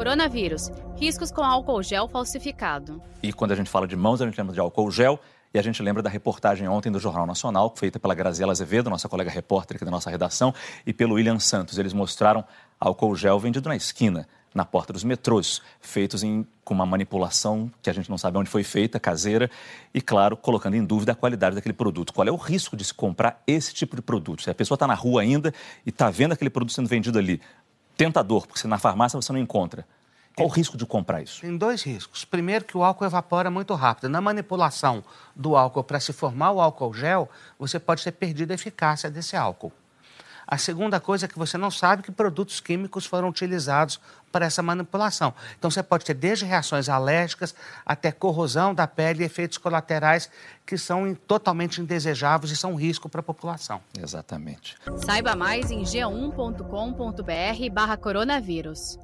Coronavírus. Riscos com álcool gel falsificado. E quando a gente fala de mãos, a gente lembra de álcool gel. E a gente lembra da reportagem ontem do Jornal Nacional, feita pela Graziela Azevedo, nossa colega repórter aqui da nossa redação, e pelo William Santos. Eles mostraram álcool gel vendido na esquina, na porta dos metrôs, feitos com uma manipulação que a gente não sabe onde foi feita, caseira, e, claro, colocando em dúvida a qualidade daquele produto. Qual é o risco de se comprar esse tipo de produto? Se a pessoa está na rua ainda e está vendo aquele produto sendo vendido ali, tentador, porque na farmácia você não encontra. Qual o risco de comprar isso? Tem dois riscos. Primeiro, que o álcool evapora muito rápido. Na manipulação do álcool para se formar o álcool gel, você pode ter perdido a eficácia desse álcool. A segunda coisa é que você não sabe que produtos químicos foram utilizados para essa manipulação. Então, você pode ter desde reações alérgicas até corrosão da pele e efeitos colaterais que são totalmente indesejáveis e são um risco para a população. Exatamente. Saiba mais em g1.com.br/coronavírus.